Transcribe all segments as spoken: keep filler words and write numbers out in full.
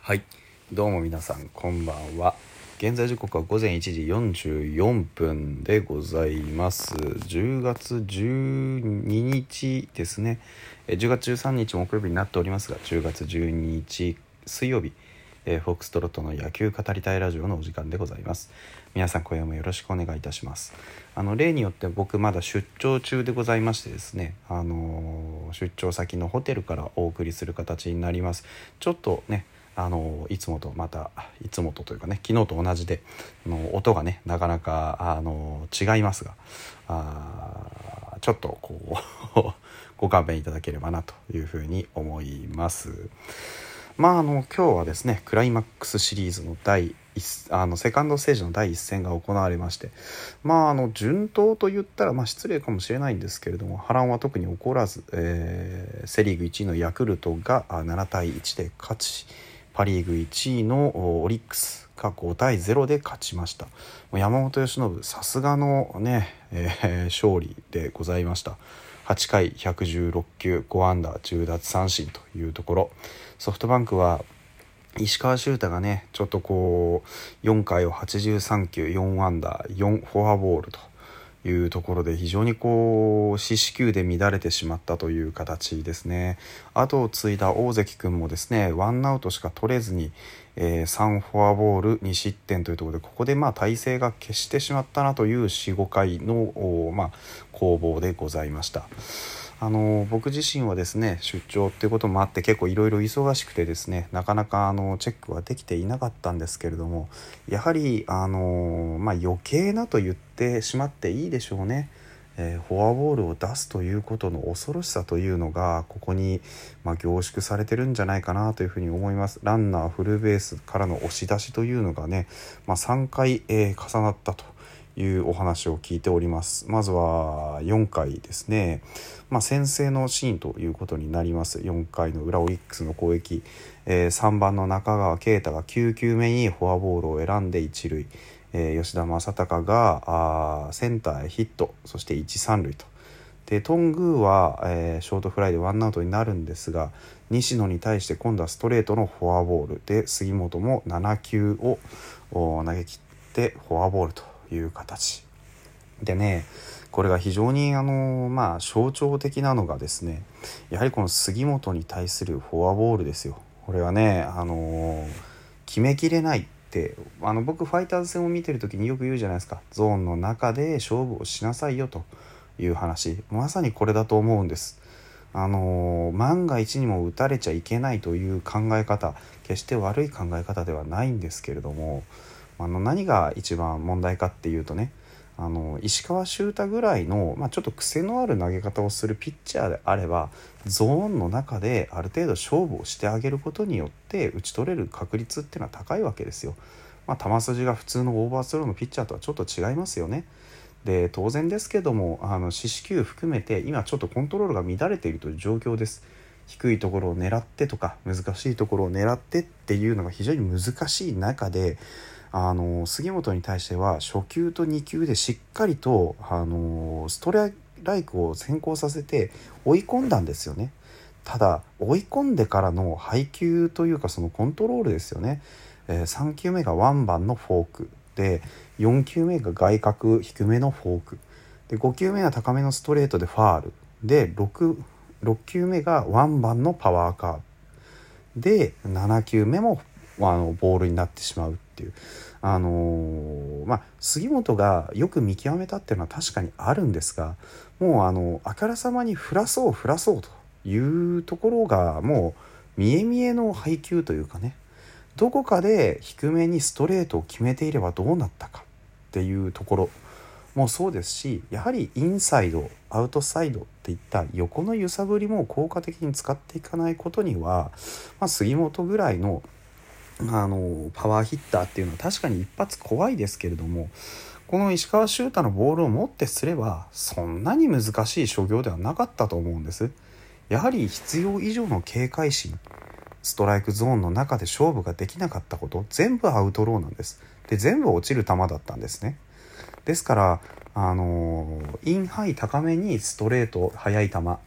はい、どうも皆さんこんばんは。現在時刻はごぜんいちじよんじゅうよんぷんでございます。じゅうがつじゅうににちですね。じゅうがつじゅうさんにち木曜日になっておりますが、じゅうがつじゅうににち水曜日、えー、フォックストロットの野球語りたいラジオのお時間でございます。皆さん今夜もよろしくお願いいたします。あの例によって僕まだ出張中でございましてですね、あのー、出張先のホテルからお送りする形になります。ちょっとねあのいつもとまたいつもとというかね昨日と同じでの音がねなかなかあの違いますが、あちょっとこうご勘弁いただければなというふうに思います。まああの今日はですねクライマックスシリーズの第一あのセカンドステージの第一戦が行われまして、まああの順当と言ったらまあ失礼かもしれないんですけれども、波乱は特に起こらず、えー、セリーグいちいのヤクルトがななたいいちで勝ち、パリーグいちいのオリックスがごたいゼロで勝ちました。山本由伸さすがのね、えー、勝利でございました。はちかいひゃくじゅうろっきゅうごアンダーじゅう奪三振というところ、ソフトバンクは石川柊太がねちょっとこうよんかいをはちじゅうさんきゅうよんアンダーよんフォアボールというところで非常にこう四死球で乱れてしまったという形ですね。後を継いだ大関君もですねワンアウトしか取れずに、えー、さんフォアボールに失点というところで、ここでまあ体勢が消してしまったなという よん,ご 回の、まあ、攻防でございました。あの僕自身はですね出張っていうこともあって結構いろいろ忙しくてですねなかなかあのチェックはできていなかったんですけれども、やはりあの、まあ、余計なと言ってしまっていいでしょうね。えー、フォアボールを出すということの恐ろしさというのがここに、まあ、凝縮されてるんじゃないかなというふうに思います。ランナーフルベースからの押し出しというのがね、まあ、さんかい、えー、重なったというお話を聞いております。まずはよんかいですね、まあ、先制のシーンということになります。よんかいの裏オリックスの攻撃、えー、さんばんの中川圭太がきゅうきゅうめにフォアボールを選んで一塁、えー、吉田正尚があーセンターへヒット、そしていち、さん塁とで頓宮は、えー、ショートフライでワンアウトになるんですが、西野に対して今度はストレートのフォアボールで杉本もななきゅうを投げ切ってフォアボールという形でね、これが非常にあの、まあ、象徴的なのがですね、やはりこの杉本に対するフォアボールですよ。これはね、あの決めきれないってあの僕ファイターズ戦を見てる時によく言うじゃないですか。ゾーンの中で勝負をしなさいよという話、まさにこれだと思うんです。あの万が一にも打たれちゃいけないという考え方、決して悪い考え方ではないんですけれども、あの何が一番問題かっていうとね、あの石川柊太ぐらいの、まあ、ちょっと癖のある投げ方をするピッチャーであればゾーンの中である程度勝負をしてあげることによって打ち取れる確率っていうのは高いわけですよ。まあ、球筋が普通のオーバースローのピッチャーとはちょっと違いますよね。で当然ですけどもあの四死球含めて今ちょっとコントロールが乱れているという状況です。低いところを狙ってとか難しいところを狙ってっていうのが非常に難しい中で、あの杉本に対しては初球とにきゅうでしっかりとあのストライクを先行させて追い込んだんですよね。ただ追い込んでからの配球というかそのコントロールですよね。えー、さんきゅうめがワンバンのフォークでよんきゅうめが外角低めのフォークでごきゅうめは高めのストレートでファールで 6, 6球目がワンバンのパワーカーブでななきゅうめもあのボールになってしまうっていう、あのーまあ、杉本がよく見極めたっていうのは確かにあるんですが、もうあのあからさまに振らそう振らそうというところがもう見え見えの配球というかね、どこかで低めにストレートを決めていればどうなったかっていうところもそうですし、やはりインサイドアウトサイドっていった横の揺さぶりも効果的に使っていかないことには、まあ、杉本ぐらいのあのパワーヒッターっていうのは確かに一発怖いですけれども、この石川柊太のボールを持ってすればそんなに難しい所業ではなかったと思うんです。やはり必要以上の警戒心、ストライクゾーンの中で勝負ができなかったこと、全部アウトローなんです。で全部落ちる球だったんですね。ですからあのインハイ高めにストレート速い球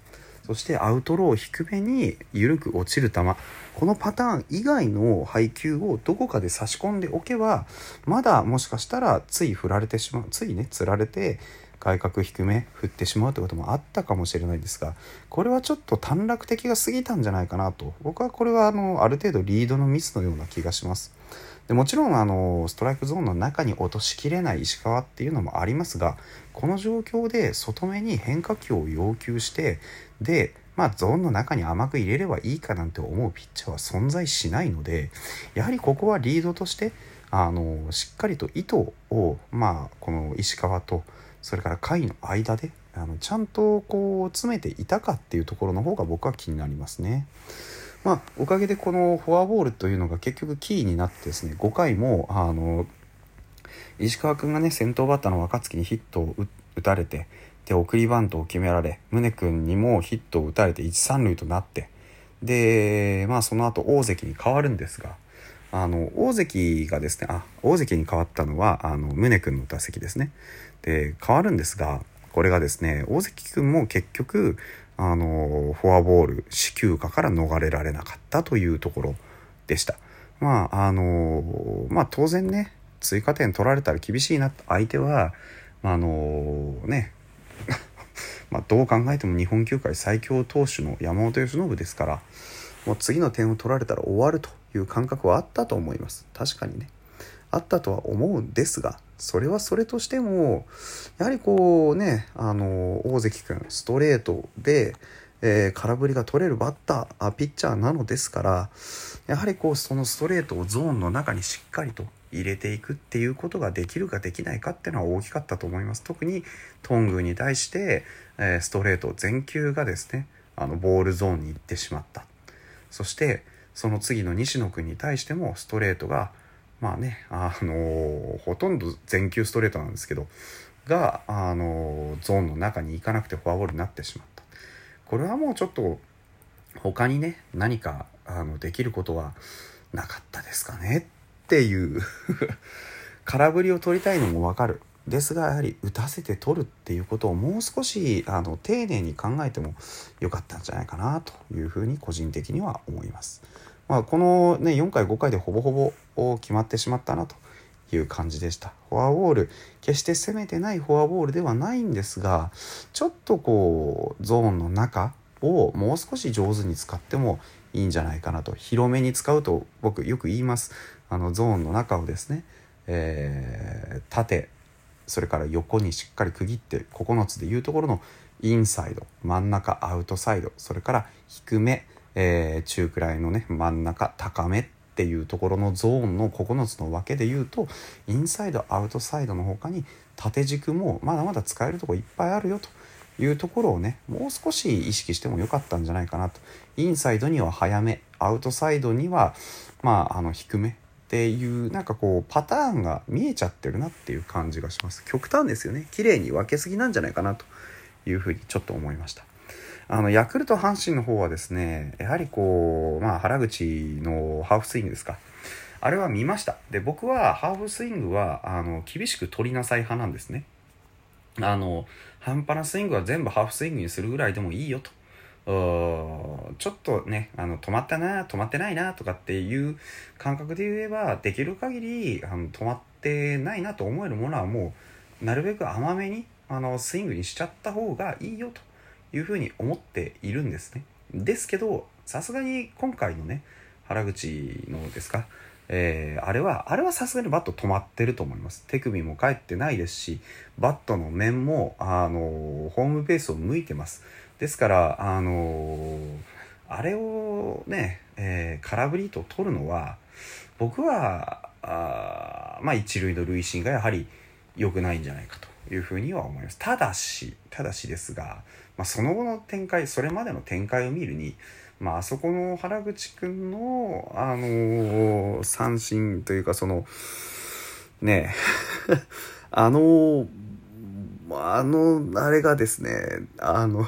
そしてアウトロー低めに緩く落ちる球、このパターン以外の配球をどこかで差し込んでおけば、まだもしかしたらつい振られてしまう、ついね釣られて外角低め振ってしまうということもあったかもしれないですが、これはちょっと短絡的が過ぎたんじゃないかなと、僕はこれはあのある程度リードのミスのような気がします。でもちろんあのストライクゾーンの中に落としきれない石川っていうのもありますが、この状況で外目に変化球を要求して、でまあゾーンの中に甘く入れればいいかなんて思うピッチャーは存在しないので、やはりここはリードとしてあのしっかりと意図を、まあこの石川とそれから甲斐の間であのちゃんとこう詰めていたかっていうところの方が僕は気になりますね。まあ、おかげでこのフォアボールというのが結局キーになってですね、ごかいもあの石川君がね先頭バッターの若月にヒットを打たれて、で送りバントを決められ、宗君にもヒットを打たれて一三塁となって、でまあその後大関に変わるんですが、あの大関がですねあ大関に変わったのはあの宗君の打席ですね。で変わるんですが、これがですね大関君も結局あのフォアボール死球下から逃れられなかったというところでした。まああのまあ当然ね追加点取られたら厳しいなと、相手は、まあ、あのねまあどう考えても日本球界最強投手の山本由伸ですから、もう次の点を取られたら終わるという感覚はあったと思います。確かにねあったとは思うんですが、それはそれとしてもやはりこうねあの大関君ストレートで、えー、空振りが取れるバッターあピッチャーなのですから、やはりこうそのストレートをゾーンの中にしっかりと入れていくっていうことができるかできないかっていうのは大きかったと思います。特に頓宮に対して、えー、ストレート全球がですねあのボールゾーンに行ってしまった。そしてその次の西野君に対してもストレートがまあねあのー、ほとんど全球ストレートなんですけどが、あのー、ゾーンの中に行かなくてフォアボールになってしまった。これはもうちょっと他にね何かあのできることはなかったですかねっていう空振りを取りたいのも分かるですが、やはり打たせて取るっていうことをもう少しあの丁寧に考えてもよかったんじゃないかなというふうに個人的には思います。まあ、この、ね、よんかいごかいでほぼほぼ決まってしまったなという感じでした。フォアボール決して攻めてないフォアボールではないんですが、ちょっとこうゾーンの中をもう少し上手に使ってもいいんじゃないかなと。広めに使うと僕よく言います。あのゾーンの中をですね、えー、縦それから横にしっかり区切ってここのつでいうところのインサイド真ん中アウトサイド、それから低め、えー、中くらいのね真ん中高めっていうところのゾーンのここのつの分けで言うと、インサイドアウトサイドの他に縦軸もまだまだ使えるところいっぱいあるよというところをねもう少し意識してもよかったんじゃないかなと。インサイドには早め、アウトサイドにはまああの低めっていうなんかこうパターンが見えちゃってるなっていう感じがします。極端ですよね。綺麗に分けすぎなんじゃないかなというふうにちょっと思いました。あのヤクルト阪神の方はですね、やはりこうまあ原口のハーフスイングですか、あれは見ました。で僕はハーフスイングはあの厳しく取りなさい派なんですね。あの半端なスイングは全部ハーフスイングにするぐらいでもいいよと、ちょっとねあの止まったな止まってないなとかっていう感覚で言えば、できる限りあの止まってないなと思えるものはもうなるべく甘めにあのスイングにしちゃった方がいいよというふうに思っているんですね。ですけどさすがに今回のね原口のですか、えー、あれはあれはさすがにバット止まってると思います。手首も返ってないですし、バットの面もあのホームベースを向いてます。ですからあのあれをね、えー、空振りと取るのは僕はあまあ一塁の塁審がやはり良くないんじゃないかというふうには思います。ただしただしですが、まあ、その後の展開それまでの展開を見るに、まあ、あそこの原口くんの、あのー、三振というかそのねあのあのあれがですねあの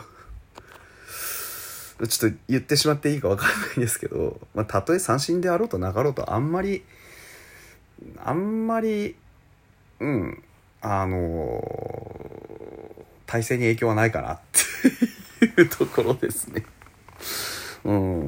ちょっと言ってしまっていいか分かんないんですけど、まあ、たとえ三振であろうとなかろうとあんまりあんまりうんあの体勢に影響はないかなっていういうところですね。うん、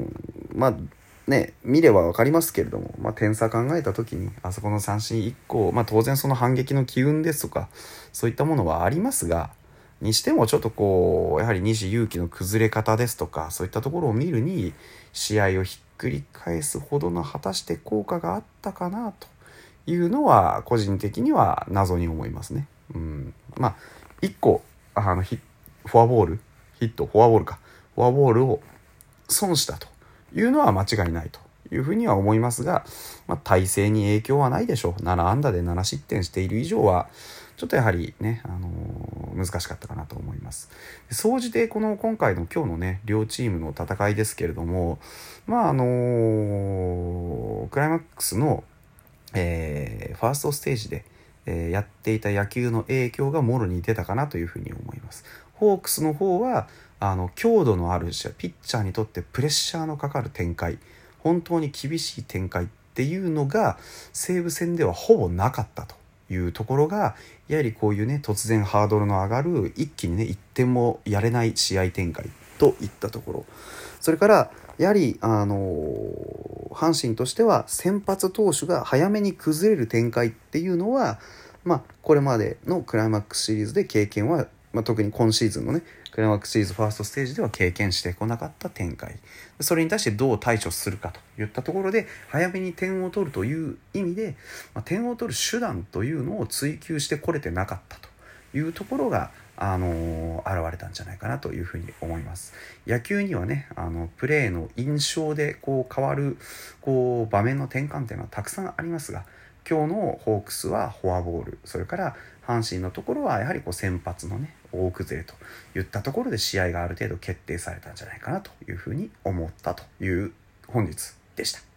まあね、見れば分かりますけれども、まあ、点差考えた時にあそこの三振いっこ、まあ、当然その反撃の機運ですとかそういったものはありますが、にしてもちょっとこうやはり西勇輝の崩れ方ですとかそういったところを見るに試合をひっくり返すほどの果たして効果があったかなというのは個人的には謎に思いますね。うん、まあいっこあのヒフォアボールヒットフォアボールかフォアボールを損したというのは間違いないというふうには思いますが、まあ、体勢に影響はないでしょう。なな安打でなな失点している以上はちょっとやはりね、あのー、難しかったかなと思います。総じてこの今回の今日のね両チームの戦いですけれども、まああのー、クライマックスの、えー、ファーストステージで、えー、やっていた野球の影響がもろに出たかなというふうに思います。ホークスの方はあの強度のあるピッチャーにとってプレッシャーのかかる展開、本当に厳しい展開っていうのが西武戦ではほぼなかったというところが、やはりこういうね突然ハードルの上がる一気にねいってんもやれない試合展開といったところ、それからやはりあの阪神としては先発投手が早めに崩れる展開っていうのは、まあこれまでのクライマックスシリーズで経験は、まあ、特に今シーズンのねクライマックスシリーズファーストステージでは経験してこなかった展開、それに対してどう対処するかといったところで早めに点を取るという意味で、まあ、点を取る手段というのを追求してこれてなかったというところが、あのー、現れたんじゃないかなというふうに思います。野球にはねあのプレーの印象でこう変わるこう場面の転換点はたくさんありますが、今日のホークスはフォアボール、それから阪神のところはやはりこう先発のね大崩れといったところで試合がある程度決定されたんじゃないかなというふうに思ったという本日でした。